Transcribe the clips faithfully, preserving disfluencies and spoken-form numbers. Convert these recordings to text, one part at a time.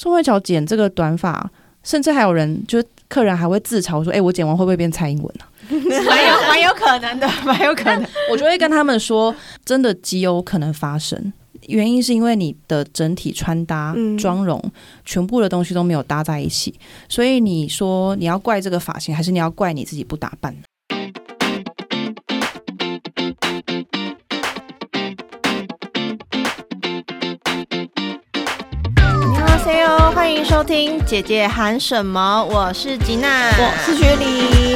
宋慧乔剪这个短发，甚至还有人就是客人还会自嘲说：“哎、欸，我剪完会不会变蔡英文啊？” 蛮有蛮有可能的，蛮有可能。 我就会跟他们说，真的极有可能发生。原因是因为你的整体穿搭、妆容、嗯，全部的东西都没有搭在一起，所以你说你要怪这个发型，还是你要怪你自己不打扮？ 欢迎收听姐姐喊什么，我是吉娜， 我是雪莉。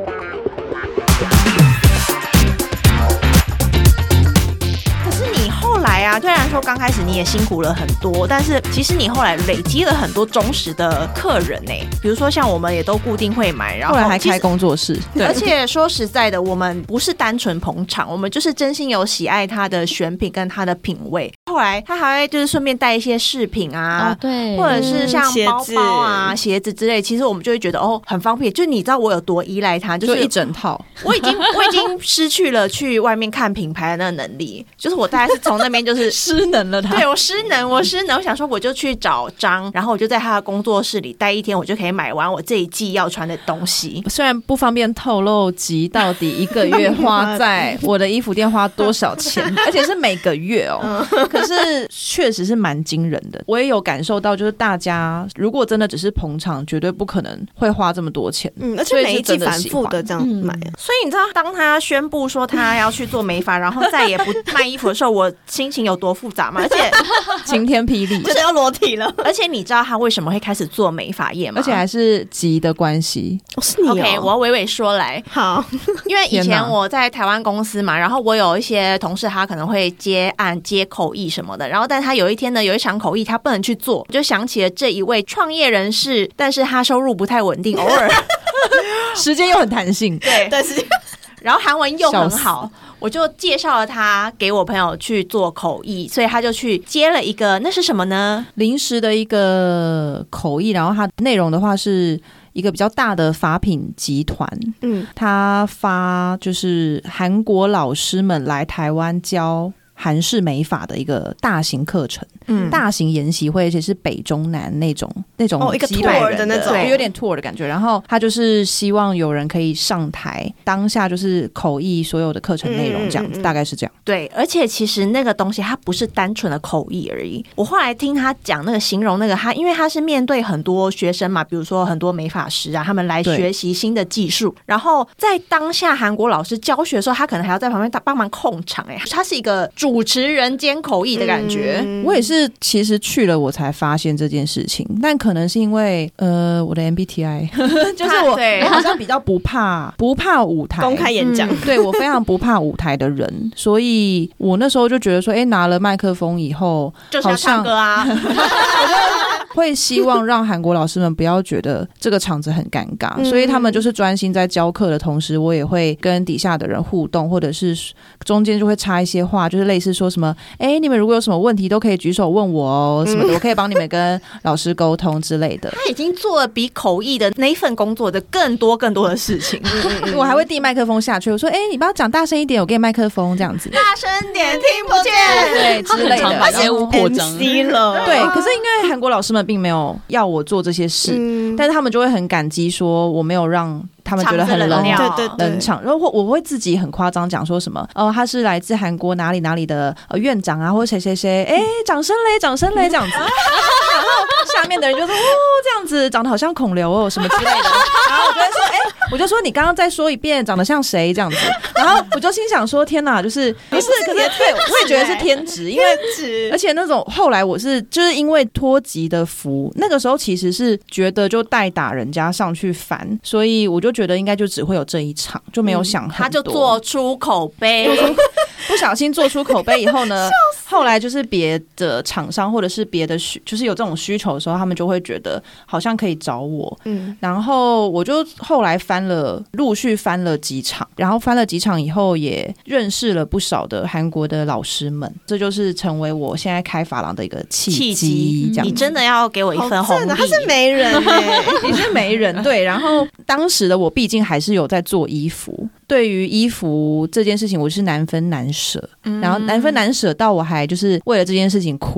后来啊，虽然说刚开始你也辛苦了很多，但是其实你后来累积了很多忠实的客人呢、欸。比如说像我们也都固定会买，然后后来还开工作室。 对，而且说实在的，我们不是单纯捧场，我们就是真心有喜爱他的选品跟他的品味。后来他还会就是顺便带一些饰品啊， 哦、对， 或者是像包包啊、鞋子之类，其实我们就会觉得哦很方便。就你知道我有多依赖他，就是就一整套。 我已经我已经失去了去外面看品牌的那个能力，就是我大概是从那边就是失能了他。 对，我失能，我失能。我想说我就去找张，然后我就在他的工作室里待一天，我就可以买完我这一季要穿的东西。 虽然不方便透露及到底一个月花在我的衣服店花多少钱，而且是每个月哦。可是确实是蛮惊人的。我也有感受到，就是大家如果真的只是捧场，绝对不可能会花这么多钱。 嗯，而且每一季反复的这样买、嗯。 所以你知道，当他宣布说他要去做美发，然后再也不卖衣服的时候，我心情有多复杂吗？而且晴天霹雳， 就是要裸体了。 而且你知道他为什么会开始做美发业吗？ 而且还是急的关系。 哦，是你哦。 OK， 我要娓娓说来。 好， 因为以前我在台湾公司嘛，然后我有一些同事，他可能会接案、接口译什么的。然后，但他有一天呢，有一场口译他不能去做，就想起了这一位创业人士，但是他收入不太稳定，偶尔时间又很弹性， 对对，时间。然后韩文又很好，我就介绍了他给我朋友去做口译，所以他就去接了一个，那是什么呢？ 临时的一个口译，然后它内容的话是一个比较大的法品集团，嗯，他发就是韩国老师们来台湾教韩式美发的一个大型课程，嗯，大型研习会，而且是北中南那种那种哦，一个 tour 的那种， 对，有点 tour 的感觉。然后他就是希望有人可以上台，当下就是口译所有的课程内容，这样子，嗯嗯嗯，大概是这样。 对，而且其实那个东西它不是单纯的口译而已。我后来听他讲那个形容那个他，因为他是面对很多学生嘛，比如说很多美发师啊，他们来学习新的技术，然后在当下韩国老师教学的时候，他可能还要在旁边帮忙控场，哎，他是一个主持人兼口译的感觉。 嗯，我也是，其实去了我才发现这件事情，但可能是因为呃我的 M B T I 就是我我好像比较不怕不怕舞台公开演讲， 嗯，对，我非常不怕舞台的人，所以我那时候就觉得说，哎，拿了麦克风以后就是要唱歌啊， 会希望让韩国老师们不要觉得这个场子很尴尬，嗯，所以他们就是专心在教课的同时，我也会跟底下的人互动，或者是中间就会插一些话，就是类似说什么，哎，你们如果有什么问题都可以举手问我哦，什么的，我可以帮你们跟老师沟通之类的。 他已经做了比口译的那一份工作的更多更多的事情。 我还会递麦克风下去，我说，哎，你帮我讲大声一点，我给你麦克风这样子， 大声点听不见， 对之类的， 把业务扩张了。 对，可是因为韩国老师们并没有要我做这些事，嗯，但是他们就会很感激，说我没有让他们觉得很冷对对对冷场，然后我会自己很夸张讲说什么，呃，他是来自韩国哪里哪里的呃院长啊，或者谁谁谁，哎，掌声嘞，掌声嘞，这样子，然后下面的人就说，哦，这样子长得好像孔刘哦，什么之类的，然后我就会说，哎，我就说你刚刚再说一遍，长得像谁这样子，然后我就心想说，天哪，就是不是，可是对，我也觉得是天职，因为而且那种后来我是就是因为脱籍的服，那个时候其实是觉得就代打人家上去烦，所以我就觉得应该就只会有这一场，就没有想很多， 嗯，他就做出口碑， 不小心做出口碑以后呢，后来就是别的厂商或者是别的需，就是有这种需求的时候，他们就会觉得好像可以找我，嗯，然后我就后来翻了，陆续翻了几场，然后翻了几场以后，也认识了不少的韩国的老师们，这就是成为我现在开发廊的一个契机。这样， 你真的要给我一份红利， 他是媒人哎， 你是媒人对。然后当时的我毕竟还是有在做衣服，对于衣服这件事情，我是难分难舍，嗯，然后难分难舍到我还就是为了这件事情哭。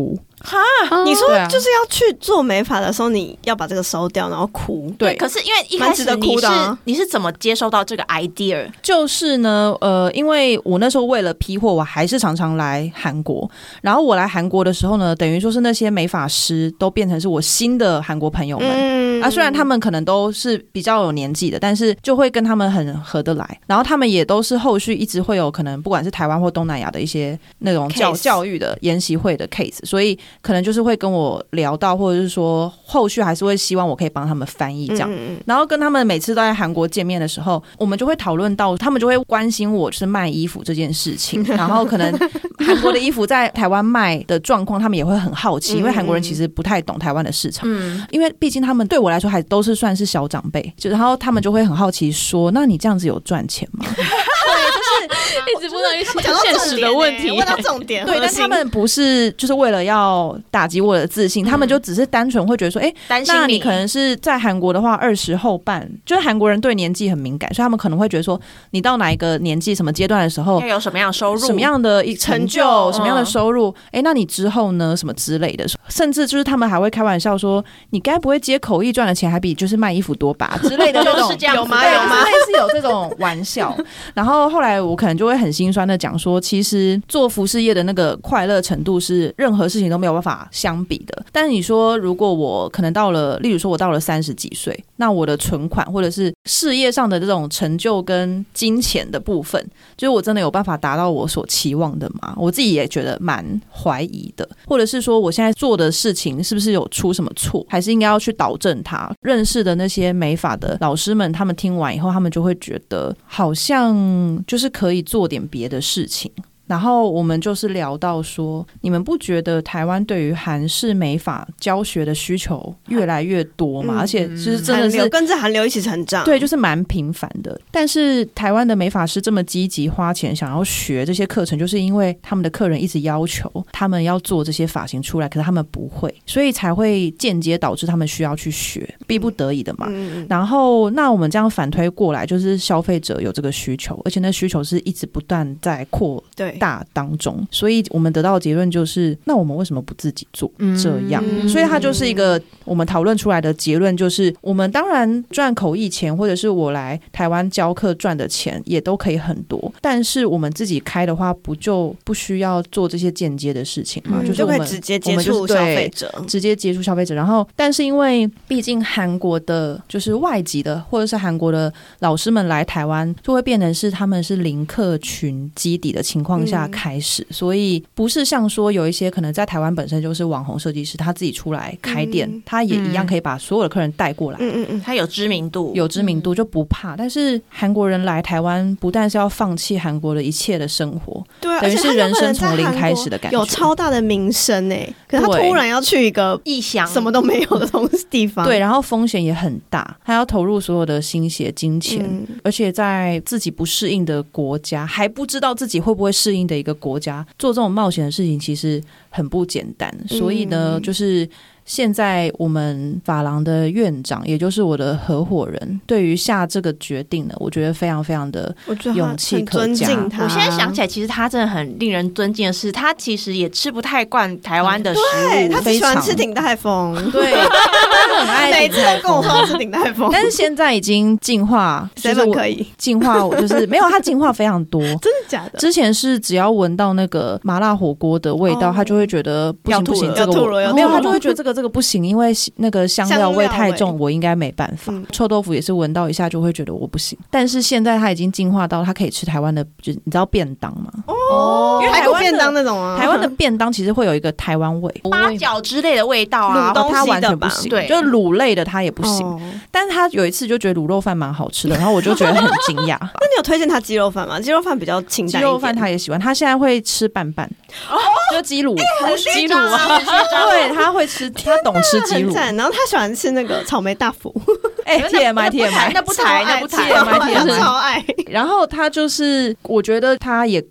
哈，你说啊就是要去做美发的时候，你要把这个收掉，然后哭。 对，可是因为一开始你是、啊、你是怎么接收到这个 idea？ 就是呢，呃，因为我那时候为了批货，我还是常常来韩国。然后我来韩国的时候呢，等于说是那些美发师都变成是我新的韩国朋友们。嗯、啊，虽然他们可能都是比较有年纪的，但是就会跟他们很合得来。然后他们也都是后续一直会有可能不管是台湾或东南亚的一些那种教教育的研习会的 case， 所以可能就是会跟我聊到，或者是说后续还是会希望我可以帮他们翻译这样。嗯、然后跟他们每次都在韩国见面的时候，我们就会讨论到，他们就会关心我就是卖衣服这件事情，然后可能韩国的衣服在台湾卖的状况，他们也会很好奇，因为韩国人其实不太懂台湾的市场，嗯、因为毕竟他们对我来说还都是算是小长辈，就然后他们就会很好奇说，那你这样子有赚钱吗？ 一直问到一些现实的问题， 问到重点。 对，但他们不是就是为了要打击我的自信，嗯、他们就只是单纯会觉得说，哎、欸，那你可能是在韩国的话，二十后半，就是韩国人对年纪很敏感，所以他们可能会觉得说，你到哪一个年纪、什么阶段的时候， 要有什么样的收入、 什么样的成就、什么样的收入，哎、嗯欸，那你之后呢，什么之类的，甚至就是他们还会开玩笑说，你该不会接口译赚的钱还比就是卖衣服多吧之类的那种， 是这样有吗？有吗？ 类似有这种玩笑。然后后来我可能就会很心酸的讲说，其实做服饰业的那个快乐程度是任何事情都没有办法相比的。但是你说，如果我可能到了，例如说我到了三十几岁，那我的存款或者是事业上的这种成就跟金钱的部分，就是我真的有办法达到我所期望的吗？我自己也觉得蛮怀疑的。或者是说，我现在做的事情是不是有出什么错，还是应该要去导正它？认识的那些美发的老师们，他们听完以后，他们就会觉得好像就是可以做点别的事情。然后我们就是聊到说，你们不觉得台湾对于韩式美发教学的需求越来越多吗？嗯、而且就是真的是跟着韩流一起成长， 对，就是蛮频繁的。但是台湾的美发师这么积极花钱想要学这些课程，就是因为他们的客人一直要求他们要做这些发型出来，可是他们不会，所以才会间接导致他们需要去学，逼不得已的嘛。嗯、然后那我们这样反推过来，就是消费者有这个需求，而且那需求是一直不断在扩对大当中，所以我们得到的结论就是，那我们为什么不自己做这样？嗯、所以它就是一个我们讨论出来的结论，就是我们当然赚口译钱，或者是我来台湾教课赚的钱也都可以很多，但是我们自己开的话，不就不需要做这些间接的事情吗？嗯、就是我们就可以直接接触消费者， 直接接触消费者。然后，但是因为毕竟韩国的，就是外籍的，或者是韩国的老师们来台湾，就会变成是他们是零客群基底的情况下开始，嗯、所以不是像说有一些可能在台湾本身就是网红设计师，他自己出来开店，嗯、他也一样可以把所有的客人带过来， 嗯嗯嗯，他有知名度， 有知名度就不怕。但是韩国人来台湾，不但是要放弃韩国的一切的生活， 对、啊， 等于是人生从零开始的感觉， 有超大的名声哎，可是他突然要去一个异乡， 什么都没有的东西地方， 对，然后风险也很大，他要投入所有的心血金钱，嗯、而且在自己不适应的国家，还不知道自己会不会适应的一个国家做这种冒险的事情，其实很不简单。所以呢，嗯、就是现在我们发廊的院长，也就是我的合伙人，对于下这个决定呢，我觉得非常非常的勇气可嘉。 我现在想起来，其实他真的很令人尊敬的是，他其实也吃不太惯台湾的食物， 对，他喜欢吃鼎泰丰， 对，他很爱每次都跟我说吃鼎泰丰， 但是现在已经进化，就是可以进化，就是没有他进化非常多， 真的假的？ 之前是只要闻到那个麻辣火锅的味道，哦、他就会觉得不行不行，这个我没有，他就会觉得这个这个不行，因为那个香料味太重，我应该没办法。嗯、臭豆腐也是闻到一下就会觉得我不行，但是现在他已经进化到他可以吃台湾的，就是你知道便当吗？ 哦，因为台湾便当那种啊， 台湾的便当其实会有一个台湾味， 八角之类的味道啊， 卤东西的吧， 他完全不行，对，就是卤类的他也不行。哦、但是他有一次就觉得卤肉饭蛮好吃的，然后我就觉得很惊讶。 那你有推荐他鸡肉饭吗？鸡肉饭比较清淡一点， 鸡肉饭他也喜欢，他现在会吃拌拌，哦、就鸡卤， 欸、 鸡卤啊，对，他会吃，他懂吃鸡卤， 然后他喜欢吃那个草莓大福， 哎 ，T M I T M I， 那不抬，那不抬 ，T M I T M I， 超爱。 然后他就是，我觉得他也够幸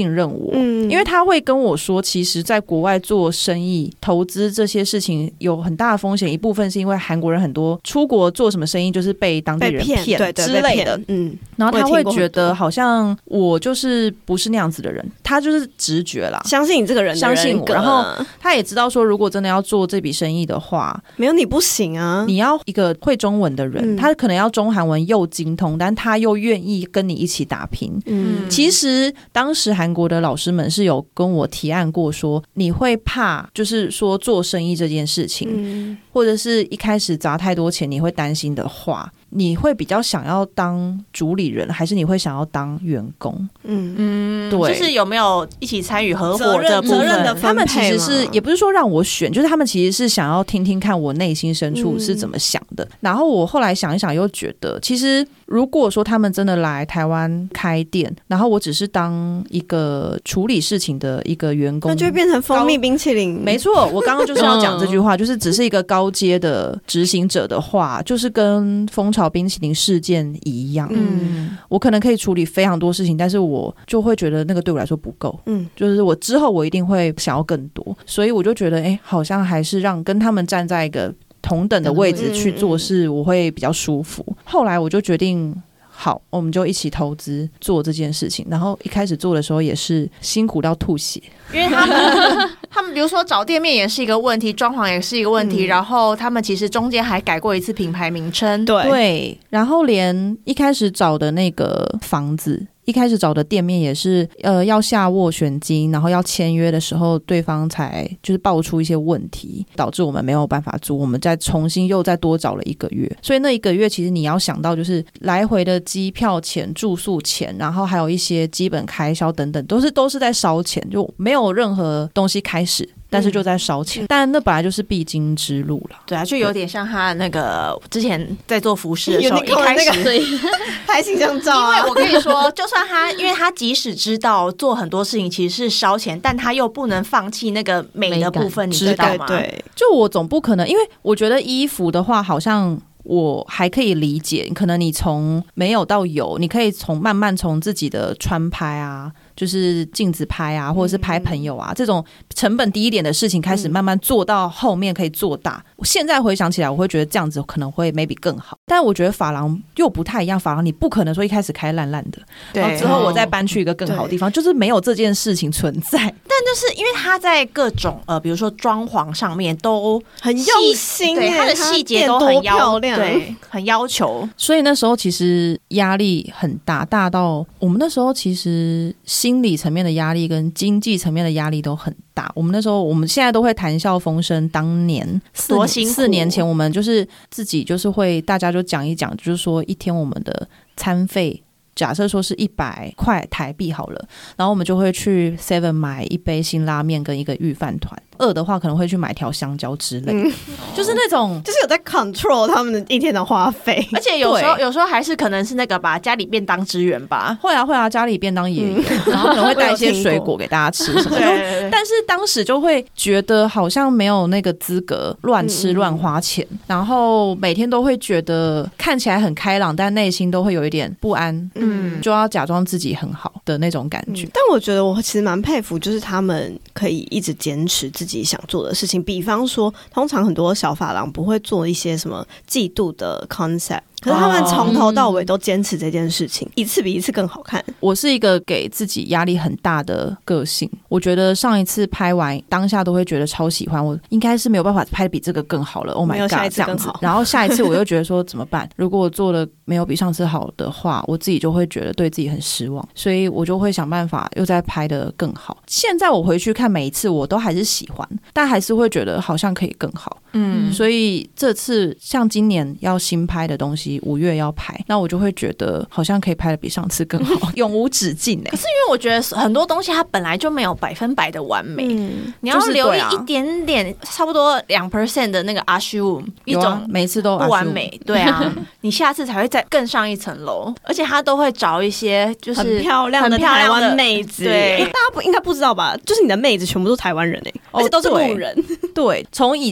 信任我， 嗯， 因为他会跟我说，其实在国外做生意、投资这些事情有很大的风险，一部分是因为韩国人很多出国做什么生意就是被当地人骗对对之类的， 嗯， 然后他会觉得好像我就是不是那样子的人，他就是直觉啦， 相信你这个人的人格， 相信我，然后他也知道说，如果真的要做这笔生意的话， 没有你不行啊， 你要一个会中文的人，嗯、他可能要中韩文又精通，但他又愿意跟你一起打拼。嗯，其实当时韩国的老师们是有跟我提案过说，你会怕就是说做生意这件事情，嗯、或者是一开始砸太多钱你会担心的话，你会比较想要当主理人，还是你会想要当员工？嗯嗯，对，就是有没有一起参与合伙这部分？ 责任的他们其实是也不是说让我选，就是他们其实是想要听听看我内心深处是怎么想的。嗯、然后我后来想一想，又觉得其实如果说他们真的来台湾开店，然后我只是当一个处理事情的一个员工， 那就会变成蜂蜜冰淇淋。 没错，我刚刚就是要讲这句话，就是只是一个高阶的执行者的话，就是跟蜂巢冰淇淋事件一样，嗯，我可能可以处理非常多事情，但是我就会觉得那个对我来说不够，嗯，就是我之后我一定会想要更多，所以我就觉得，哎、欸，好像还是让跟他们站在一个同等的位置去做事，我会比较舒服。后来我就决定，好，我们就一起投资做这件事情。然后一开始做的时候也是辛苦到吐血， 因为他们他们比如说找店面也是一个问题，装潢也是一个问题，嗯、然后他们其实中间还改过一次品牌名称， 对对，然后连一开始找的那个房子。一开始找的店面也是，呃，要下斡旋金，然后要签约的时候，对方才就是爆出一些问题，导致我们没有办法租，我们再重新又再多找了一个月，所以那一个月其实你要想到就是来回的机票钱、住宿钱，然后还有一些基本开销等等，都是都是在烧钱，就没有任何东西开始。但是就在烧钱、嗯，但那本来就是必经之路了。 对啊，就有点像他那个之前在做服饰的时候，一开始对拍形象照、啊。 因为我跟你说，就算他，因为他即使知道做很多事情其实是烧钱，但他又不能放弃那个美的部分，你知道吗？ 对， 就我总不可能，因为我觉得衣服的话，好像。我还可以理解，可能你从没有到有，你可以从慢慢从自己的穿拍啊，就是镜子拍啊，或者是拍朋友啊、嗯、这种成本低一点的事情开始慢慢做到后面可以做大。我现在回想起来，我会觉得这样子可能会 maybe 更好，但我觉得发廊又不太一样，发廊你不可能说一开始开烂烂的，然后之后我再搬去一个更好的地方，就是没有这件事情存在。 但就是因为他在各种呃，比如说装潢上面都很用心， 对他的细节都很漂亮。对，很要求， 所以那时候其实压力很大，大到我们那时候其实心理层面的压力跟经济层面的压力都很大。我们那时候，我们现在都会谈笑风生，当年四多辛苦， 四年前我们就是自己就是会大家就讲一讲，就是说一天我们的餐费。假设说是一百块台币好了，然后我们就会去 Seven 买一杯辛拉面跟一个御饭团，饿的话可能会去买条香蕉之类的、嗯、就是那种就是有在 control 他们的一天的花费， 而且有时候有时候还是可能是那个吧，家里便当支援吧， 会啊会啊，家里便当也有、嗯、然后可能会带一些水果给大家吃什么的对，但是当时就会觉得好像没有那个资格乱吃乱花钱、嗯、然后每天都会觉得看起来很开朗，但内心都会有一点不安，嗯，就要假装自己很好的那种感觉、嗯、 但我觉得我其实蛮佩服就是他们可以一直坚持自己想做的事情，比方说通常很多小发廊不会做一些什么季度的 concept，可是他们从头到尾都坚持这件事情、哦、一次比一次更好看。 我是一个给自己压力很大的个性，我觉得上一次拍完当下都会觉得超喜欢，我应该是没有办法拍得比这个更好了， Oh my god 这样子，然后下一次我又觉得说怎么办如果我做的没有比上次好的话，我自己就会觉得对自己很失望，所以我就会想办法又再拍得更好。现在我回去看每一次我都还是喜欢，但还是会觉得好像可以更好，嗯，所以这次像今年要新拍的东西五月要拍，那我就会觉得好像可以拍得比上次更好永无止境、欸、 可是因为我觉得很多东西它本来就没有百分百的完美、嗯、你要留一点点、就是啊、差不多 百分之二 的那个阿修一种、啊、 每次都不完美，对啊你下次才会再更上一层楼，而且他都会找一些就是很漂亮的台湾妹子， 对、 欸、大家不应该不知道吧，就是你的妹子全部都是台湾人、欸、而且都是路人、 哦、对，从以前的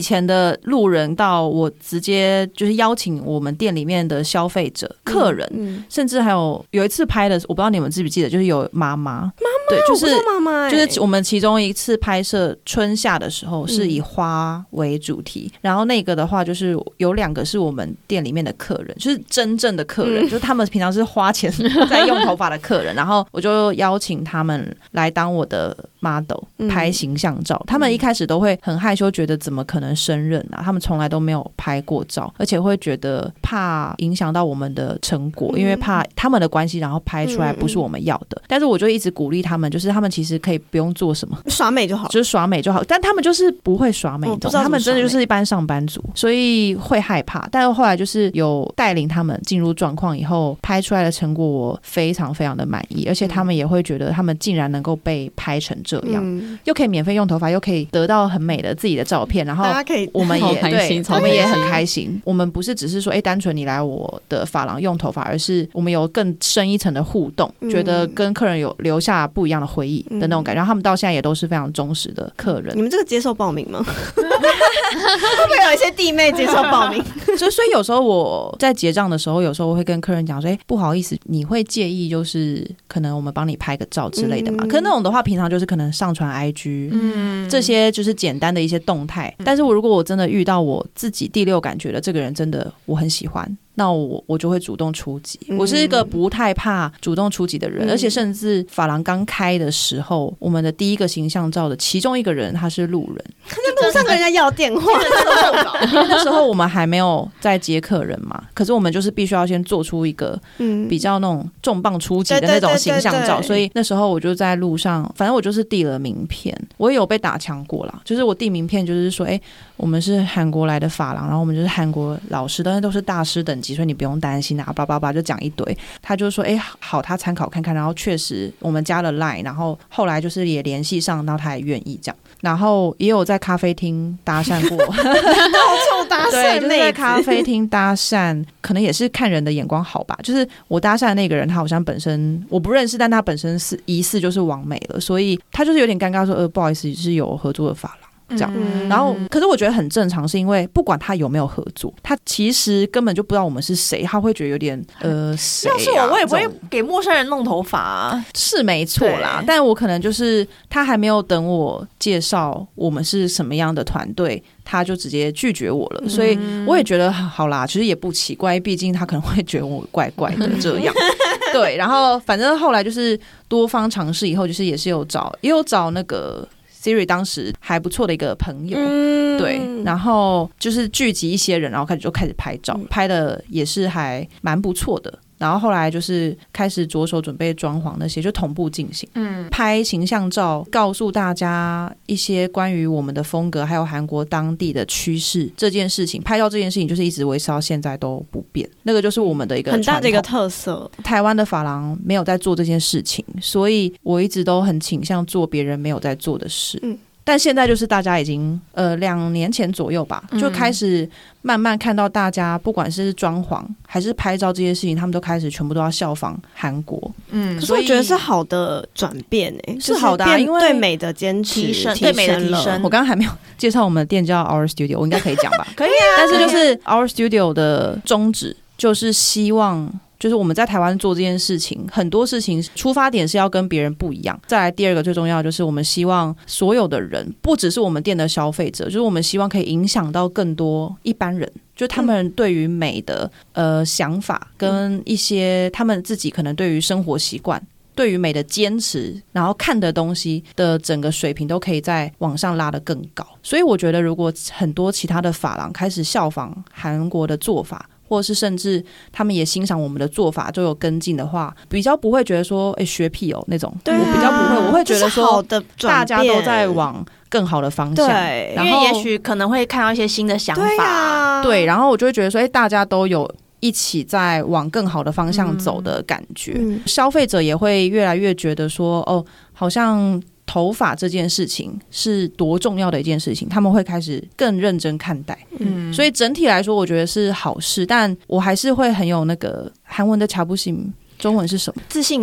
个路人到我直接就是邀请我们店里面的消费者、客人， 嗯嗯、 甚至还有有一次拍的，我不知道你们记不记得，就是有妈妈，妈妈，对，就是妈妈、欸， 就是我们其中一次拍摄春夏的时候是以花为主题，嗯、然后那个的话就是有两个是我们店里面的客人，就是真正的客人，嗯、就是他们平常是花钱在用头发的客人，然后我就邀请他们来当我的 model 拍形象照，嗯、他们一开始都会很害羞，觉得怎么可能胜任啊？他们从来都没有拍过照，而且会觉得怕影响到我们的成果，因为怕他们的关系，然后拍出来不是我们要的。但是我就一直鼓励他们，就是他们其实可以不用做什么， 耍美就好， 就是耍美就好。但他们就是不会耍美，他们真的就是一般上班族，所以会害怕。但是后来就是有带领他们进入状况以后，拍出来的成果我非常非常的满意，而且他们也会觉得他们竟然能够被拍成这样，嗯、又可以免费用头发，又可以得到很美的自己的照片，然后我们也对，我们也很开心。我们不是只是说，哎，单纯你来我的发廊用头发，而是我们有更深一层的互动，嗯、觉得跟客人有留下不一样的回忆的那种感觉。然后他们到现在也都是非常忠实的客人。 你们这个接受报名吗？会不会有一些弟妹接受报名？ 所以，所以有时候我在结账的时候，有时候我会跟客人讲说，哎，不好意思，你会介意就是可能我们帮你拍个照之类的嘛？嗯、可是那种的话，平常就是可能上传 I G，嗯，这些就是简单的一些动态。但是我如果我真的遇到我自己第六感觉的这个人，真的我很喜欢，那我我就会主动出击。我是一个不太怕主动出击的人，嗯、而且甚至发廊刚开的时候，我们的第一个形象照的其中一个人他是路人， 在路上跟人家要电话， 因为那时候我们还没有在接客人嘛，可是我们就是必须要先做出一个比较那种重磅出击的那种形象照，所以那时候我就在路上，反正我就是递了名片，我也有被打枪过啦，就是我递名片就是说，哎、欸，我们是韩国来的发廊，然后我们就是韩国老师，但是都是大师等级，所以你不用担心啊，叭叭叭就讲一堆。他就说，哎、欸，好，他参考看看，然后确实我们加了 line， 然后后来就是也联系上，然后他也愿意这样，然后也有在咖啡厅搭讪过，到处搭讪， 对，就是在咖啡厅搭讪，可能也是看人的眼光好吧。就是我搭讪的那个人，他好像本身我不认识，但他本身是疑似就是网美了，所以他就是有点尴尬说，呃，不好意思，是有合作的发廊。这样，嗯、然后可是我觉得很正常，是因为不管他有没有合作，他其实根本就不知道我们是谁，他会觉得有点呃谁、啊、 要是我我也不会给陌生人弄头发、啊、 是没错啦，但我可能就是他还没有等我介绍我们是什么样的团队，他就直接拒绝我了，所以我也觉得好啦，其实也不奇怪，毕竟他可能会觉得我怪怪的这样对，然后反正后来就是多方尝试以后，就是也是有找也有找那个Siri 当时还不错的一个朋友、嗯、对，然后就是聚集一些人，然后开始就开始拍照、嗯、拍的也是还蛮不错的，然后后来就是开始着手准备装潢那些，就同步进行。嗯，拍形象照，告诉大家一些关于我们的风格，还有韩国当地的趋势这件事情。拍照这件事情就是一直维持到现在都不变，那个就是我们的一个很大的一个特色。 台湾的发廊没有在做这件事情，所以我一直都很倾向做别人没有在做的事。嗯。但现在就是大家已经呃两年前左右吧，就开始慢慢看到大家不管是装潢还是拍照这些事情，他们都开始全部都要效仿韩国。嗯， 可是我觉得是好的转变诶、欸， 是好的、啊，因为对美的坚持提升，对美的提升。 我刚刚还没有介绍我们的店叫 Our Studio， 我应该可以讲吧？可以啊。但是就是 Our Studio 的宗旨就是希望。就是我们在台湾做这件事情，很多事情出发点是要跟别人不一样。再来第二个最重要的就是我们希望所有的人，不只是我们店的消费者，就是我们希望可以影响到更多一般人，就他们对于美的呃想法跟一些他们自己可能对于生活习惯，对于美的坚持，然后看的东西的整个水平都可以在往上拉得更高。所以我觉得如果很多其他的发廊开始效仿韩国的做法，或者是甚至他们也欣赏我们的做法，就有跟进的话，比较不会觉得说，哎、欸，学屁哦那种。对、啊，我比较不会，我会觉得说，大家都在往更好的方向。 对，然后因为也许可能会看到一些新的想法。 对啊， 对，然后我就会觉得说，哎、欸，大家都有一起在往更好的方向走的感觉。嗯、消费者也会越来越觉得说，哦，好像。头发这件事情是多重要的一件事情，他们会开始更认真看待。嗯，所以整体来说，我觉得是好事，但我还是会很有那个韩文的瞧不起，中文是什么？ 自信感。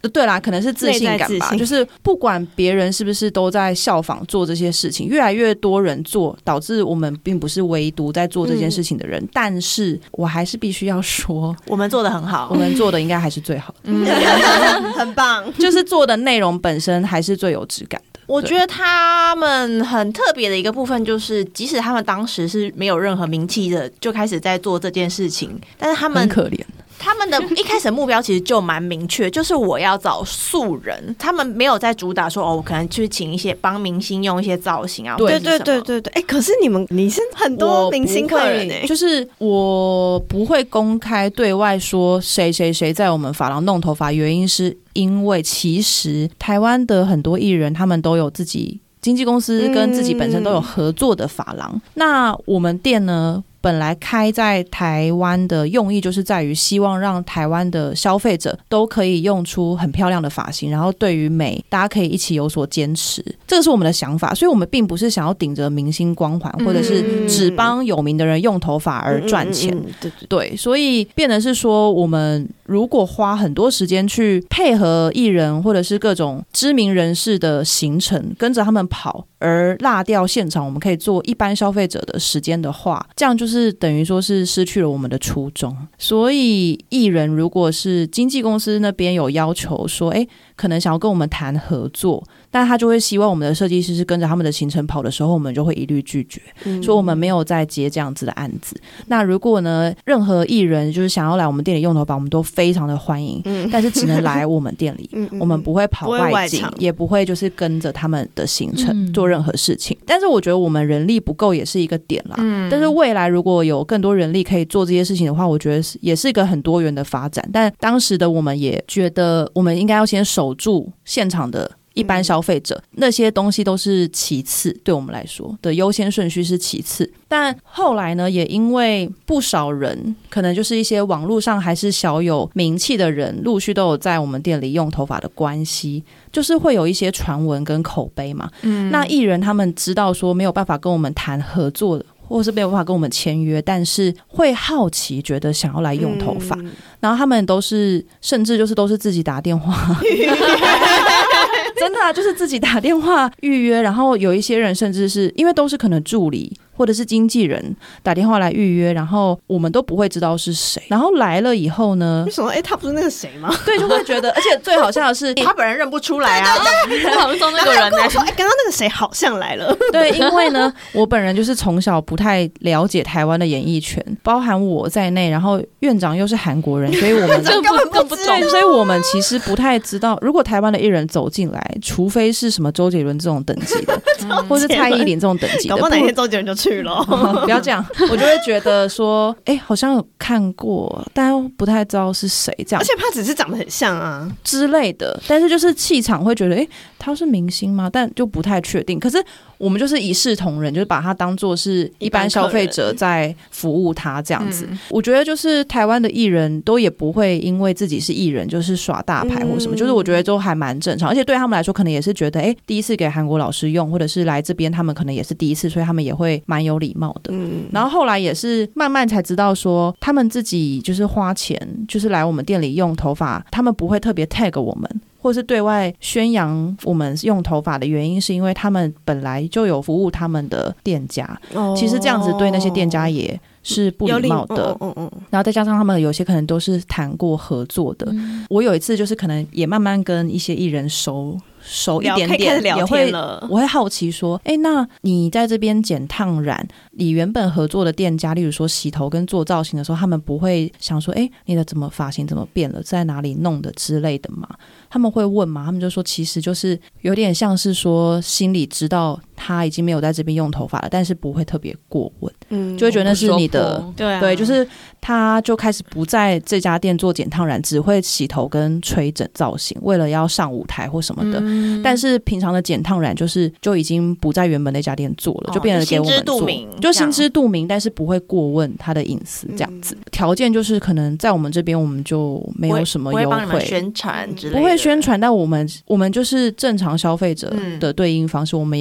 对啦，可能是自信感吧，就是不管别人是不是都在效仿做这些事情，越来越多人做，导致我们并不是唯独在做这件事情的人、嗯、但是我还是必须要说我们做的很好， 我们做的应该还是最好的、 嗯、很棒， 就是做的内容本身还是最有质感的。 我觉得他们很特别的一个部分就是，即使他们当时是没有任何名气的，就开始在做这件事情，但是他们很可怜。 他们的一开始的目标其实就蛮明确，就是我要找素人。他们没有在主打说哦，我可能去请一些帮明星用一些造型啊， 对对对对对。哎、欸，可是你们你是很多明星客人哎、欸， 就是我不会公开对外说谁谁谁在我们发廊弄头发，原因是因为其实台湾的很多艺人他们都有自己经纪公司跟自己本身都有合作的发廊、嗯、那我们店呢本来开在台湾的用意就是在于希望让台湾的消费者都可以用出很漂亮的发型，然后对于美大家可以一起有所坚持，这个是我们的想法。所以我们并不是想要顶着明星光环或者是只帮有名的人用头发而赚钱、嗯嗯嗯、对, 对, 对，所以变成是说我们如果花很多时间去配合艺人或者是各种知名人士的行程跟着他们跑，而落掉现场我们可以做一般消费者的时间的话，这样就是等于说是失去了我们的初衷。所以艺人如果是经纪公司那边有要求说哎，可能想要跟我们谈合作，但他就会希望我们的设计师是跟着他们的行程跑的时候，我们就会一律拒绝、嗯、所以我们没有再接这样子的案子。那如果呢任何艺人就是想要来我们店里用头发，我们都非常的欢迎、嗯、但是只能来我们店里嗯嗯我们不会跑外景，也不会就是跟着他们的行程做任何事情、嗯、但是我觉得我们人力不够也是一个点啦、嗯、但是未来如果有更多人力可以做这些事情的话，我觉得也是一个很多元的发展。但当时的我们也觉得我们应该要先守住现场的一般消费者、嗯、那些东西都是其次，对我们来说的优先顺序是其次。但后来呢也因为不少人可能就是一些网络上还是小有名气的人陆续都有在我们店里用头发的关系，就是会有一些传闻跟口碑嘛、嗯、那艺人他们知道说没有办法跟我们谈合作的或是没有办法跟我们签约，但是会好奇觉得想要来用头发、嗯、然后他们都是甚至就是都是自己打电话真的啊，就是自己打电话预约，然后有一些人甚至是因为都是可能助理或者是经纪人打电话来预约，然后我们都不会知道是谁，然后来了以后呢， 为什么哎、欸，他不是那个谁吗？ 对，就会觉得，而且最好笑的是他本人认不出来啊， 好像那个人呢， 说哎，刚刚那个谁好像来了。 对，因为呢，我本人就是从小不太了解台湾的演艺圈，包含我在内，然后院长又是韩国人，所以我们这根本更不懂， 所以我们其实不太知道，如果台湾的艺人走进来，除非是什么周杰伦这种等级的，或是蔡依林这种等级的， 搞不好哪天周杰伦就去了。 不要这样，我就会觉得说，哎、欸，好像有看过，但不太知道是谁这样， 而且他只是长得很像啊之类的，但是就是气场会觉得，哎、欸，他是明星吗？但就不太确定。可是我们就是一视同仁，就是把他当作是一般消费者在服务他这样子。我觉得就是台湾的艺人都也不会因为自己是艺人就是耍大牌或什么、嗯，就是我觉得都还蛮正常，而且对他们来说可能也是觉得，哎、欸，第一次给韩国老师用，或者是来这边他们可能也是第一次，所以他们也会蛮有礼貌的。嗯，然后后来也是慢慢才知道说，他们自己就是花钱，就是来我们店里用头发，他们不会特别 tag 我们。或是对外宣扬我们用头发的原因是因为他们本来就有服务他们的店家、哦、其实这样子对那些店家也是不礼貌的、嗯嗯嗯、然后再加上他们有些可能都是谈过合作的、嗯、我有一次就是可能也慢慢跟一些艺人熟熟一点点，也会我会好奇说，哎，那你在这边剪烫染，你原本合作的店家，例如说洗头跟做造型的时候，他们不会想说，哎，你的怎么发型怎么变了，在哪里弄的之类的吗？他们会问吗？他们就说，其实就是有点像是说，心里知道他已经没有在这边用头发了，但是不会特别过问，嗯，就会觉得那是你的， 对、啊、 对，就是他就开始不在这家店做剪烫染，只会洗头跟吹整造型，为了要上舞台或什么的。嗯但是平常的剪烫染就是就已经不在原本那家店做了，就变成给我们做， 心知肚明， 就心知肚明，但是不会过问他的隐私这样子。条件就是可能在我们这边我们就没有什么优惠， 不会帮你们宣传之类的， 不会宣传，但我们我们就是正常消费者的对应方式，嗯、我们也会正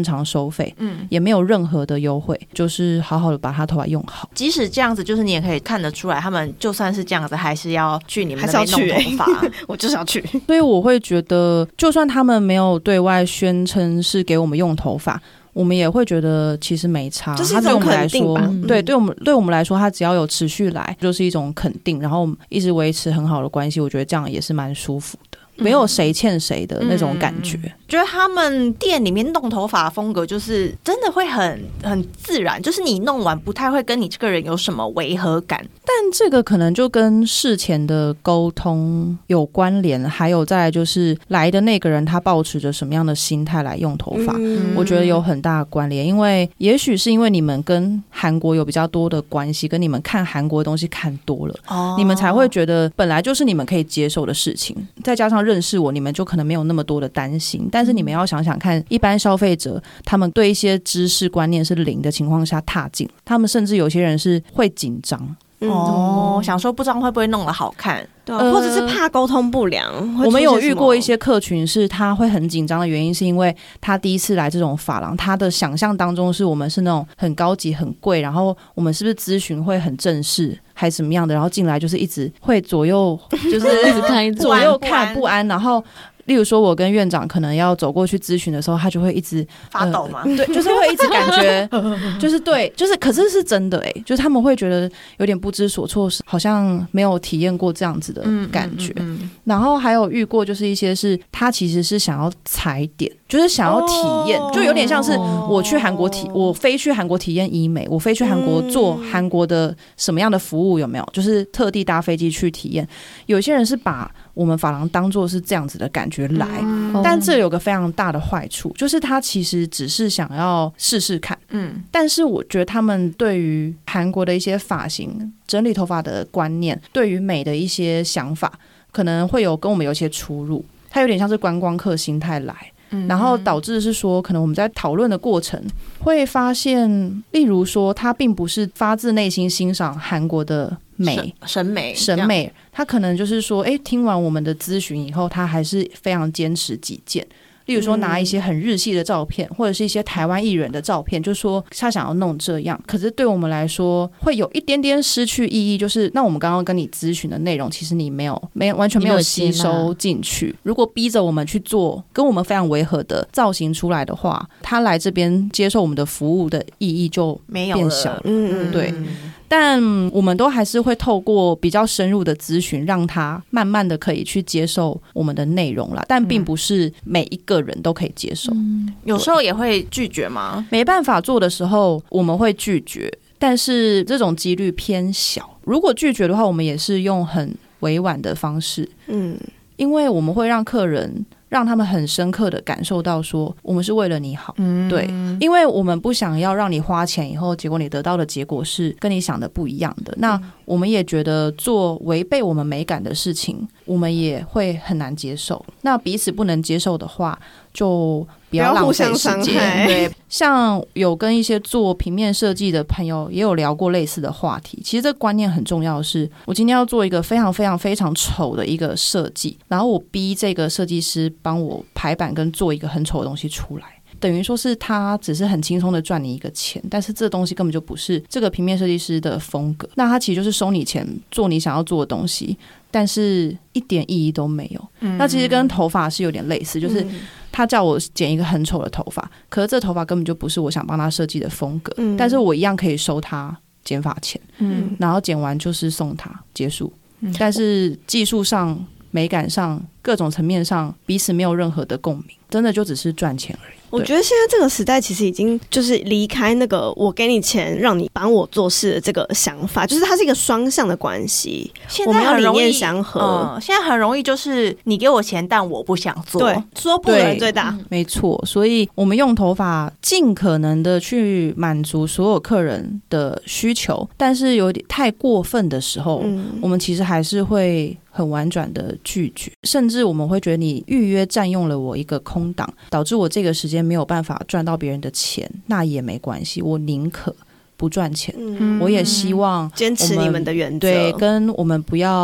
常收费，嗯，也没有任何的优惠，就是好好的把他头发用好。 即使这样子，就是你也可以看得出来，他们就算是这样子，还是要去你们那边弄头发。 欸、我就是要去， 所以我会觉得，就算他们没有对外宣称是给我们用头发，我们也会觉得其实没差， 这是一种肯定吧。 对，对我们对我们来说，他只要有持续来，就是一种肯定，然后一直维持很好的关系，我觉得这样也是蛮舒服的。没有谁欠谁的那种感觉、嗯、 觉得他们店里面弄头发风格就是真的会很很自然，就是你弄完不太会跟你这个人有什么违和感， 但这个可能就跟事前的沟通有关联，还有再来就是来的那个人他抱持着什么样的心态来用头发、嗯、我觉得有很大的关联。因为也许是因为你们跟韩国有比较多的关系，跟你们看韩国的东西看多了、哦、你们才会觉得本来就是你们可以接受的事情，再加上认识我，你们就可能没有那么多的担心。但是你们要想想看，一般消费者他们对一些知识观念是零的情况下踏进，他们甚至有些人是会紧张、 嗯、哦，想说不知道会不会弄得好看， 对、啊，或者是怕沟通不良。 我们有遇过一些客群是他会很紧张的原因是因为他第一次来这种发廊，他的想象当中是我们是那种很高级很贵，然后我们是不是咨询会很正式还是怎么样的，然后进来就是一直会左右就是一直看左右看不安，然后例如说我跟院长可能要走过去咨询的时候，他就会一直发抖嘛、 呃、对，就是会一直感觉就是对，就是可是是真的哎、欸，就是他们会觉得有点不知所措，好像没有体验过这样子的感觉、嗯嗯嗯嗯、然后还有遇过就是一些是他其实是想要踩点，就是想要体验、哦、就有点像是我去韩国体我飞去韩国体验医美，我飞去韩国做韩国的什么样的服务，有没有就是特地搭飞机去体验。有些人是把我们发廊当作是这样子的感觉来、嗯、但这有个非常大的坏处，就是他其实只是想要试试看，嗯，但是我觉得他们对于韩国的一些发型整理头发的观念，对于美的一些想法可能会有跟我们有一些出入，他有点像是观光客心态来，然后导致是说可能我们在讨论的过程会发现，例如说他并不是发自内心欣赏韩国的美审美审美，他可能就是说哎，听完我们的咨询以后他还是非常坚持己见，例如说拿一些很日系的照片、嗯、或者是一些台湾艺人的照片，就说他想要弄这样，可是对我们来说会有一点点失去意义，就是那我们刚刚跟你咨询的内容其实你没有没有完全没有吸收进去，如果逼着我们去做跟我们非常违和的造型出来的话，他来这边接受我们的服务的意义就变小了，嗯，对。但我们都还是会透过比较深入的咨询让他慢慢的可以去接受我们的内容啦，但并不是每一个人都可以接受、嗯、 有时候也会拒绝吗？ 没办法做的时候我们会拒绝，但是这种几率偏小，如果拒绝的话我们也是用很委婉的方式，嗯，因为我们会让客人让他们很深刻的感受到说我们是为了你好、嗯、对，因为我们不想要让你花钱以后结果你得到的结果是跟你想的不一样的，那我们也觉得做违背我们美感的事情我们也会很难接受，那彼此不能接受的话就不要浪费时间。对，像有跟一些做平面设计的朋友也有聊过类似的话题，其实这个观念很重要的是，我今天要做一个非常非常非常丑的一个设计，然后我逼这个设计师帮我排版跟做一个很丑的东西出来，等于说是他只是很轻松的赚你一个钱，但是这东西根本就不是这个平面设计师的风格，那他其实就是收你钱做你想要做的东西，但是一点意义都没有、嗯、那其实跟头发是有点类似，就是他叫我剪一个很丑的头发，可是这头发根本就不是我想帮他设计的风格、嗯、但是我一样可以收他剪发钱、嗯、然后剪完就是送他结束、嗯、但是技术上美感上各种层面上彼此没有任何的共鸣，真的就只是赚钱而已。 我觉得现在这个时代其实已经就是离开那个我给你钱让你帮我做事的这个想法，就是它是一个双向的关系， 现在很容易我们要理念相合、 嗯、现在很容易就是你给我钱但我不想做， 对，说不的人最大、 嗯、没错，所以我们用头发尽可能的去满足所有客人的需求，但是有点太过分的时候、嗯、我们其实还是会很婉转的拒绝，甚至我们会觉得你预约占用了我一个空档，导致我这个时间没有办法赚到别人的钱，那也没关系，我宁可不赚钱、嗯、我也希望坚持你们的原则， 对，跟我们不要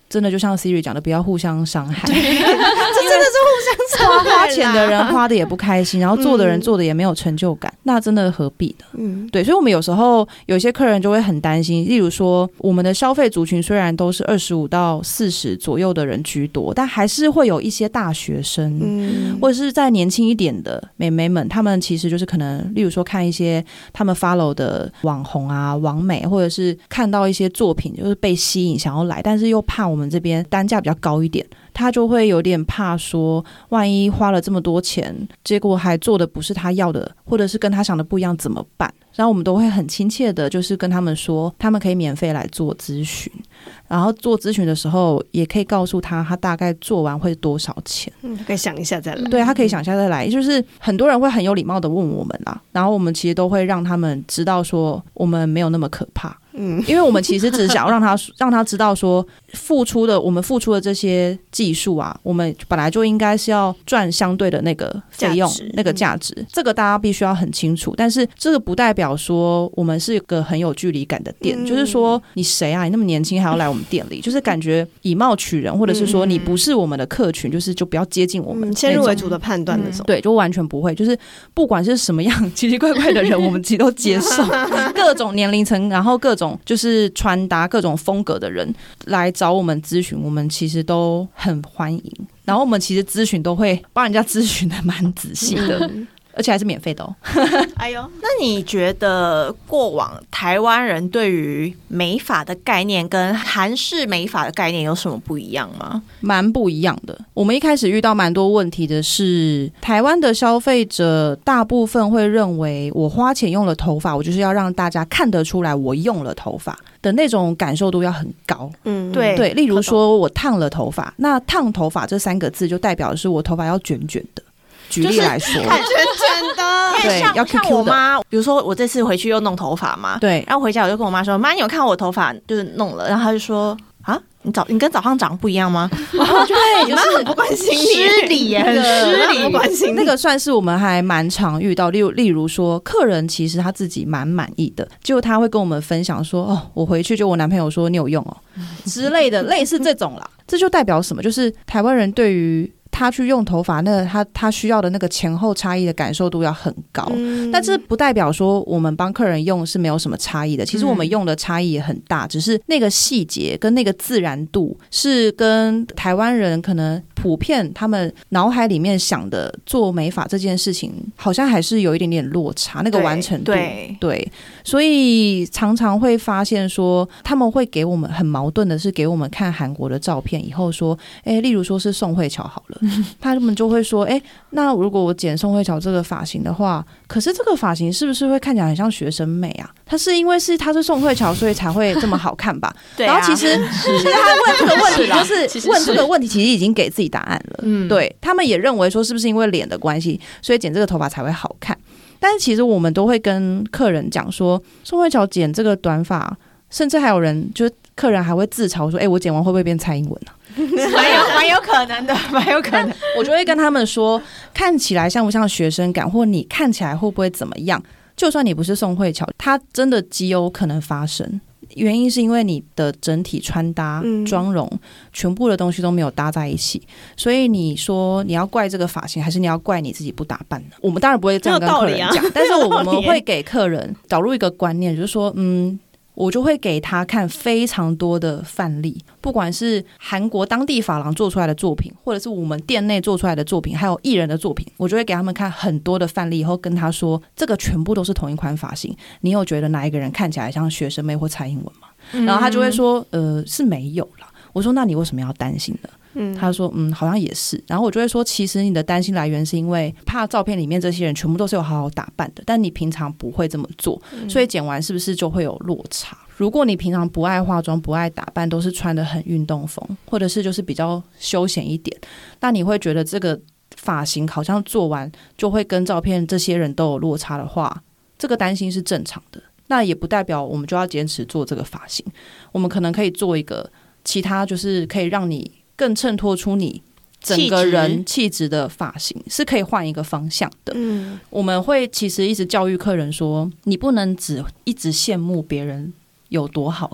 真的就像 Siri 讲的，不要互相伤害。 这真的是互相伤害啦， 花花钱的人花的也不开心，然后做的人做的也没有成就感，嗯、那真的何必呢？嗯，对，所以我们有时候有些客人就会很担心，例如说我们的消费族群虽然都是二十五到四十左右的人居多，但还是会有一些大学生，嗯，或者是再年轻一点的妹妹们，他们其实就是可能，例如说看一些他们 follow 的网红啊、网美，或者是看到一些作品，就是被吸引想要来，但是又怕我们这边单价比较高一点。他就会有点怕说，万一花了这么多钱，结果还做的不是他要的，或者是跟他想的不一样怎么办？然后我们都会很亲切的，就是跟他们说，他们可以免费来做咨询，然后做咨询的时候，也可以告诉他，他大概做完会多少钱。 嗯，可以想一下再来。 对，他可以想一下再来。就是很多人会很有礼貌的问我们啦，然后我们其实都会让他们知道说，我们没有那么可怕。嗯，因为我们其实只想要让他让他知道说，付出的我们付出的这些技术啊，我们本来就应该是要赚相对的那个费用、那个价值，这个大家必须要很清楚。但是这个不代表说我们是一个很有距离感的店，嗯、就是说你谁啊，你那么年轻还要来我们店里，就是感觉以貌取人，或者是说你不是我们的客群，就是就不要接近我们。 嗯、先入为主的判断那种、嗯， 对，就完全不会，就是不管是什么样奇奇怪怪的人，我们其实都接受各种年龄层，然后各种就是穿搭各种风格的人来找我们咨询，我们其实都很欢迎。然后我们其实咨询都会帮人家咨询的蛮仔细的，嗯、而且还是免费的哦。 哎呦，那你觉得过往台湾人对于美发的概念跟韩式美发的概念有什么不一样吗？ 蛮不一样的。我们一开始遇到蛮多问题的是，台湾的消费者大部分会认为，我花钱用了头发，我就是要让大家看得出来我用了头发的那种感受度要很高。嗯，对对。例如说我烫了头发，那烫头发这三个字就代表的是我头发要卷卷的。举例来说， 很卷卷的， 对，要 Q Q 的。 像我妈，比如说我这次回去又弄头发嘛， 对， 然后回家我就跟我妈说：“妈，你有看我头发就是弄了？”然后她就说：“啊，你早你跟早上长不一样吗？” 对，就是很不关心你， 失礼耶，很失礼， 不关心你。 那个算是我们还蛮常遇到，例如例如说，客人其实他自己蛮满意的，结果他会跟我们分享说：“哦，我回去就我男朋友说你有用哦之类的，类似这种啦。”这就代表什么？就是台湾人对于他去用头发，那个他他需要的那个前后差异的感受度要很高，嗯、但这不代表说我们帮客人用是没有什么差异的。其实我们用的差异也很大，嗯、只是那个细节跟那个自然度是跟台湾人可能普遍他们脑海里面想的做美发这件事情，好像还是有一点点落差，那个完成度。 对对, 对，所以常常会发现说，他们会给我们很矛盾的是，给我们看韩国的照片以后说，哎，例如说是宋慧乔好了。他们就会说，哎，那如果我剪宋慧乔这个发型的话，可是这个发型是不是会看起来很像学生妹啊？他是因为是他是宋慧乔，所以才会这么好看吧？ 对、啊。 然后其实其实他问这个问题，就是问这个问题，其实已经给自己答案了。嗯，对他们也认为说，是不是因为脸的关系，所以剪这个头发才会好看？但是其实我们都会跟客人讲说，宋慧乔剪这个短发，甚至还有人就是客人还会自嘲说，哎，我剪完会不会变蔡英文啊？ 蛮有蛮有可能的，蛮有可能。 我就会跟他们说，看起来像不像学生感，或你看起来会不会怎么样？就算你不是宋慧乔，它真的极有可能发生。原因是因为你的整体穿搭、妆容，全部的东西都没有搭在一起，所以你说你要怪这个发型，还是你要怪你自己不打扮呢？我们当然不会这样跟客人讲，啊、但是我们会给客人导入一个观念，就是说，嗯。我就会给他看非常多的范例，不管是韩国当地发廊做出来的作品，或者是我们店内做出来的作品，还有艺人的作品，我就会给他们看很多的范例，以后跟他说，这个全部都是同一款发型，你有觉得哪一个人看起来像学生妹或蔡英文吗？嗯、然后他就会说，呃，是没有啦。我说，那你为什么要担心呢？嗯、他说嗯好像也是，然后我就会说，其实你的担心来源是因为怕照片里面这些人全部都是有好好打扮的，但你平常不会这么做，所以剪完是不是就会有落差？如果你平常不爱化妆不爱打扮，都是穿得很运动风，或者是就是比较休闲一点，那你会觉得这个发型好像做完就会跟照片这些人都有落差的话，这个担心是正常的。那也不代表我们就要坚持做这个发型，我们可能可以做一个其他就是可以让你更衬托出你整个人气质的发型，是可以换一个方向的。嗯，我们会其实一直教育客人说，你不能只一直羡慕别人有多好看，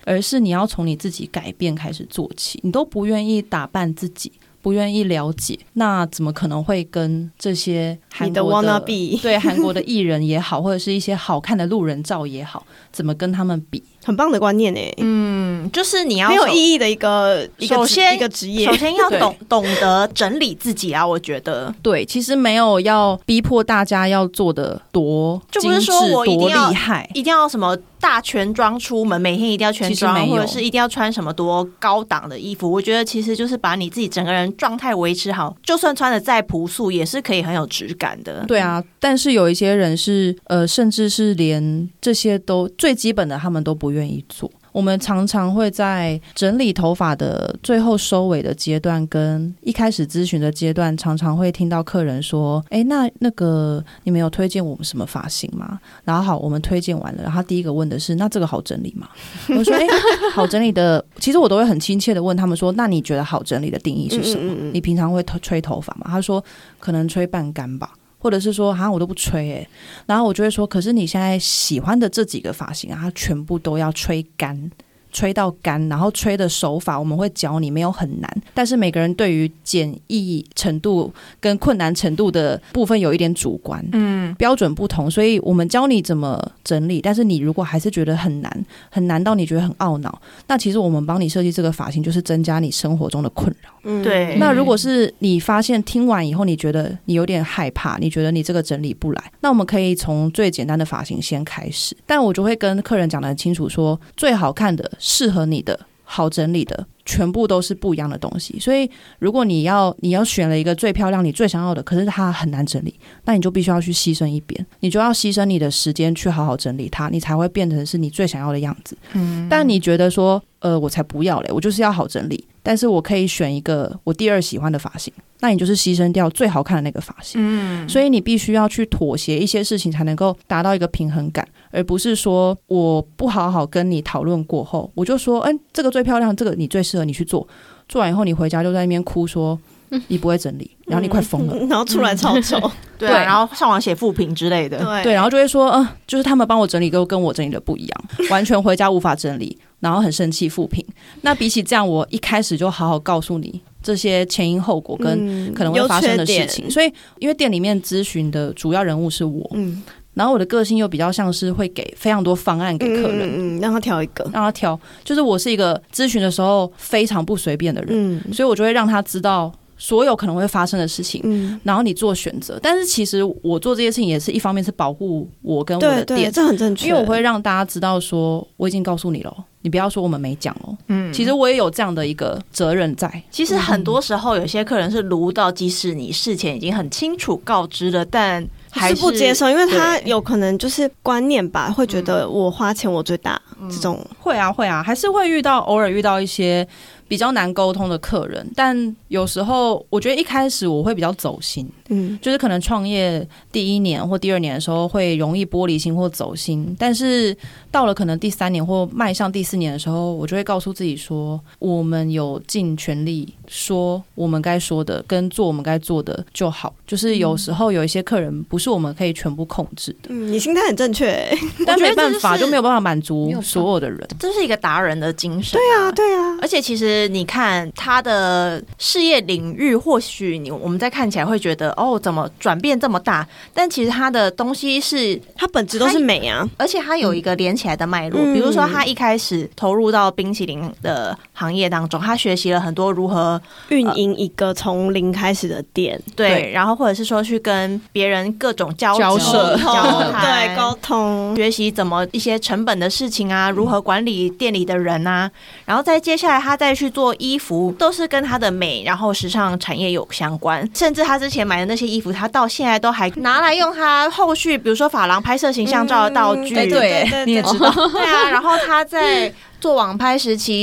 而是你要从你自己改变开始做起。你都不愿意打扮自己，不愿意了解，那怎么可能会跟这些韩国的, 的对韩国的艺人也好，或者是一些好看的路人照也好，怎么跟他们比？ 很棒的观念耶。 嗯，就是你要很有意义的一个首先一个职业， 首先要懂懂得整理自己啊。我觉得对，其实没有要逼迫大家要做的多精致，就不是说我一定要多厉害， 一定要什么大全妆出门，每天一定要全妆，或者是一定要穿什么多高档的衣服。我觉得其实就是把你自己整个人状态维持好，就算穿的再朴素，也是可以很有质感的。 对啊，但是有一些人是呃，甚至是连这些都最基本的，他们都不愿意做。我们常常会在整理头发的最后收尾的阶段跟一开始咨询的阶段，常常会听到客人说，哎，那那个你们有推荐我们什么发型吗？然后好，我们推荐完了，然后他第一个问的是，那这个好整理吗？我说，哎，好整理的，其实我都会很亲切的问他们说，那你觉得好整理的定义是什么？嗯嗯嗯，你平常会吹头发吗？他说可能吹半干吧，或者是说好像我都不吹欸，然后我就会说，可是你现在喜欢的这几个发型啊，它全部都要吹干，吹到干，然后吹的手法我们会教你，没有很难，但是每个人对于简易程度跟困难程度的部分有一点主观，嗯，标准不同，所以我们教你怎么整理，但是你如果还是觉得很难，很难到你觉得很懊恼，那其实我们帮你设计这个发型就是增加你生活中的困扰。 嗯，对。 那如果是你发现听完以后你觉得你有点害怕，你觉得你这个整理不来，那我们可以从最简单的发型先开始，但我就会跟客人讲得很清楚说，最好看的适合你的好整理的全部都是不一样的东西，所以如果你要你要选了一个最漂亮你最想要的，可是它很难整理，那你就必须要去牺牲一边，你就要牺牲你的时间去好好整理它，你才会变成是你最想要的样子。嗯，但你觉得说呃，我才不要嘞，我就是要好整理，但是我可以选一个我第二喜欢的发型，那你就是牺牲掉最好看的那个发型。嗯，所以你必须要去妥协一些事情才能够达到一个平衡感，而不是说我不好好跟你讨论过后，我就说嗯，这个最漂亮，这个你最适合你去做，做完以后你回家就在那边哭说你不会整理，然后你快疯了、 嗯、然后出来超丑、嗯、 对, 对，然后上网写负评之类的， 对, 对，然后就会说嗯、呃，就是他们帮我整理跟跟我整理的不一样，完全回家无法整理，然后很生气负评。那比起这样，我一开始就好好告诉你这些前因后果跟可能会发生的事情、嗯、所以因为店里面咨询的主要人物是我，嗯，然后我的个性又比较像是会给非常多方案给客人， 嗯嗯，让他挑一个， 让他挑，就是我是一个咨询的时候非常不随便的人，嗯，所以我就会让他知道所有可能会发生的事情、嗯、然后你做选择。但是其实我做这些事情也是一方面是保护我跟我的店， 对对，这很正确， 因为我会让大家知道说我已经告诉你了，你不要说我们没讲哦。嗯，其实我也有这样的一个责任在。 其实很多时候有些客人是撸到，即使你事前已经很清楚告知了，但还是, 是不接受，因为他有可能就是观念吧，会觉得我花钱我最大、嗯、这种。 会啊会啊，还是会遇到，偶尔遇到一些比较难沟通的客人，但有时候我觉得一开始我会比较走心，嗯，就是可能创业第一年或第二年的时候会容易玻璃心或走心，但是到了可能第三年或迈向第四年的时候，我就会告诉自己说，我们有尽全力说我们该说的跟做我们该做的就好，就是有时候有一些客人不是我们可以全部控制的。 嗯，你心态很正确， 但没办法，就没有办法满足所有的人， 这是一个达人的精神、啊、 对啊对啊。 而且其实你看他的事业领域，或许你我们在看起来会觉得哦，怎么转变这么大，但其实他的东西是他本质都是美啊， 而且他有一个连起来的脉络、嗯、比如说他一开始投入到冰淇淋的行业当中，他学习了很多如何运营一个从零开始的店、呃、 对, 对，然后或者是说去跟别人各种交交涉交对沟通， 学习怎么一些成本的事情啊，如何管理店里的人啊，然后再接下来他再去做衣服，都是跟他的美然后时尚产业有相关，甚至他之前买的那些衣服他到现在都还拿来用他后续比如说发廊拍摄形象照的道具、 嗯、对, 对, 对, 对, 对你也知道对啊，然后他在做网拍时期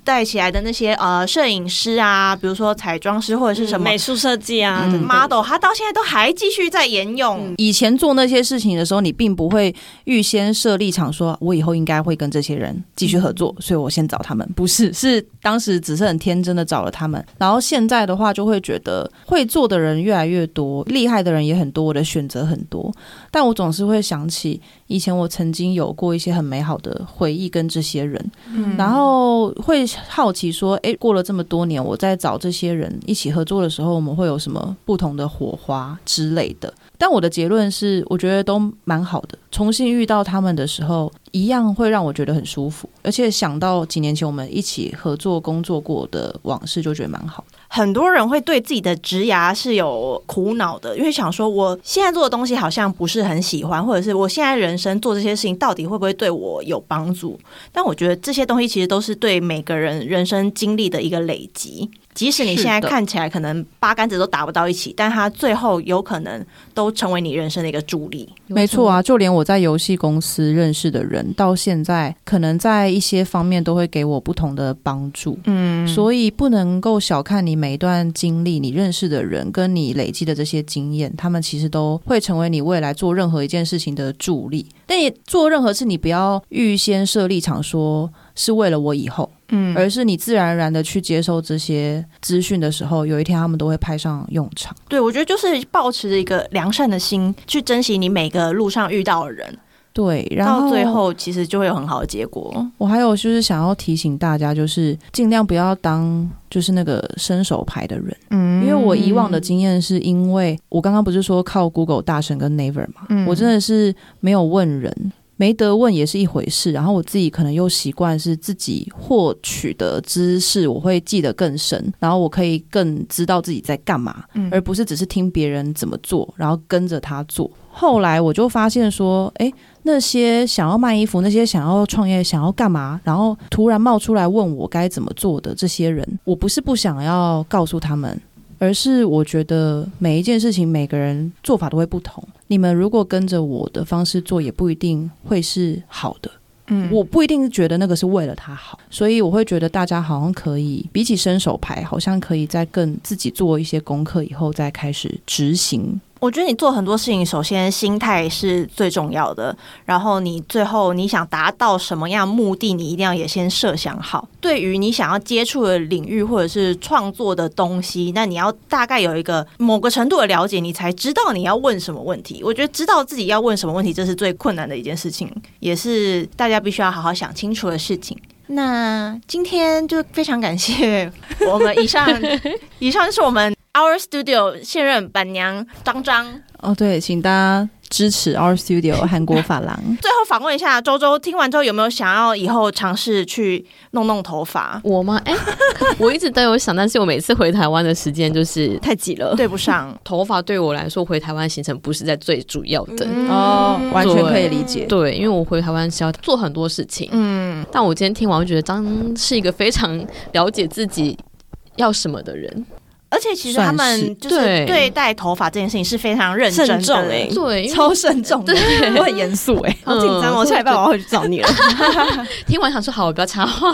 带起来的那些呃摄影师啊，比如说彩妆师或者是什么、 嗯、美术设计啊、 嗯、model， 他到现在都还继续在沿用、嗯。 以前做那些事情的时候，你并不会预先设立场说，我以后应该会跟这些人继续合作，所以我先找他们。不是，是当时只是很天真的找了他们。然后现在的话，就会觉得会做的人越来越多，厉害的人也很多，我的选择很多。但我总是会想起以前我曾经有过一些很美好的回忆跟这些人，嗯、然后会好奇说，哎，过了这么多年，我在找这些人一起合作的时候，我们会有什么不同的火花之类的。但我的结论是，我觉得都蛮好的。重新遇到他们的时候，一样会让我觉得很舒服，而且想到几年前我们一起合作工作过的往事，就觉得蛮好。 很多人会对自己的职涯是有苦恼的，因为想说我现在做的东西好像不是很喜欢，或者是我现在人生做这些事情到底会不会对我有帮助。但我觉得这些东西其实都是对每个人人生经历的一个累积，即使你现在看起来可能八竿子都打不到一起，但它最后有可能都成为你人生的一个助力。 没错啊，就连我在游戏公司认识的人，到现在可能在一些方面都会给我不同的帮助。嗯，所以不能够小看你每一段经历，你认识的人跟你累积的这些经验，他们其实都会成为你未来做任何一件事情的助力。但也做任何事，你不要预先设立场说是为了我以后，嗯，而是你自然而然的去接受这些资讯的时候，有一天他们都会派上用场。 对，我觉得就是抱持着一个良善的心去珍惜你每个路上遇到的人。 对，然后到最后其实就会有很好的结果。 我还有就是想要提醒大家，就是尽量不要当就是那个伸手牌的人。嗯，因为我以往的经验是因为我刚刚不是说靠 Google 大神跟 Naver 嘛、嗯，我真的是没有问人，没得问也是一回事，然后我自己可能又习惯是自己获取的知识我会记得更深，然后我可以更知道自己在干嘛、嗯、而不是只是听别人怎么做然后跟着他做。后来我就发现说，诶，那些想要卖衣服，那些想要创业，想要干嘛，然后突然冒出来问我该怎么做的这些人，我不是不想要告诉他们，而是我觉得每一件事情每个人做法都会不同，你们如果跟着我的方式做也不一定会是好的。嗯，我不一定觉得那个是为了他好，所以我会觉得大家好像可以比起伸手牌，好像可以再更自己做一些功课以后再开始执行。 我觉得你做很多事情，首先心态是最重要的，然后你最后你想达到什么样目的，你一定要也先设想好。对于你想要接触的领域或者是创作的东西，那你要大概有一个某个程度的了解，你才知道你要问什么问题。我觉得知道自己要问什么问题，这是最困难的一件事情，也是大家必须要好好想清楚的事情。那今天就非常感谢我们以上以上就是我们Our Studio 现任板娘张张哦，对，请大家支持 Our Studio 韩国发廊。 最后访问一下周周，听完之后有没有想要以后尝试去弄弄头发？ 我吗？哎、欸，我一直都有想，但是我每次回台湾的时间就是太挤了， 对不上。 头发对我来说，回台湾行程不是在最主要的、 嗯、哦，完全可以理解。 对，因为我回台湾是要做很多事情。嗯，但我今天听完，我觉得张是一个非常了解自己要什么的人。 而且其实他们就是对待头发这件事情是非常认真的， 慎重哎、 欸， 对， 超慎重的，我很严肃哎， 好紧张哦！下礼拜我要回去找你了。 听完想说好，我不要插话。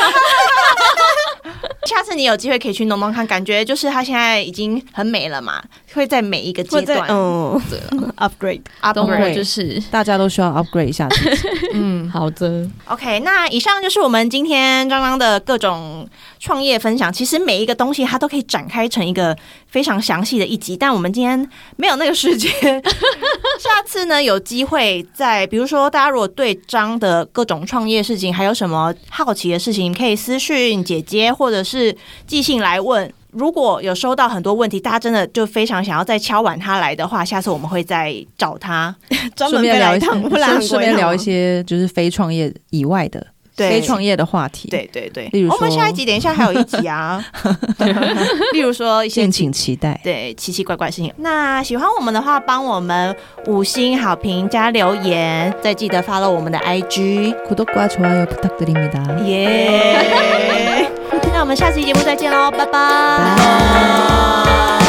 下次你有机会可以去弄弄看，感觉就是他现在已经很美了嘛，会在每一个阶段， 嗯，对，upgrade upgrade， 就是大家都需要 upgrade 一下自己。 嗯，好的 ，OK， 那以上就是我们今天刚刚的各种创业分享。其实每一个东西它都可以展开成一个非常详细的一集，但我们今天没有那个时间。下次呢，有机会再，比如说大家如果对张的各种创业事情还有什么好奇的事情，可以私讯姐姐或者是寄信来问。如果有收到很多问题，大家真的就非常想要再敲碗他来的话，下次我们会再找他专门聊一趟， 顺便聊一些就是非创业以外的。非创业的话题， 对对对， 例如说、 哦、我们下一集等一下还有一集啊，例如说一些敬请期待， 对奇奇怪怪的事情。那喜欢我们的话，帮我们五星好评加留言，再记得 follow 我们的 I G。구독과 좋아요 부탁드립니다。耶！那我们下期节目再见喽，拜拜。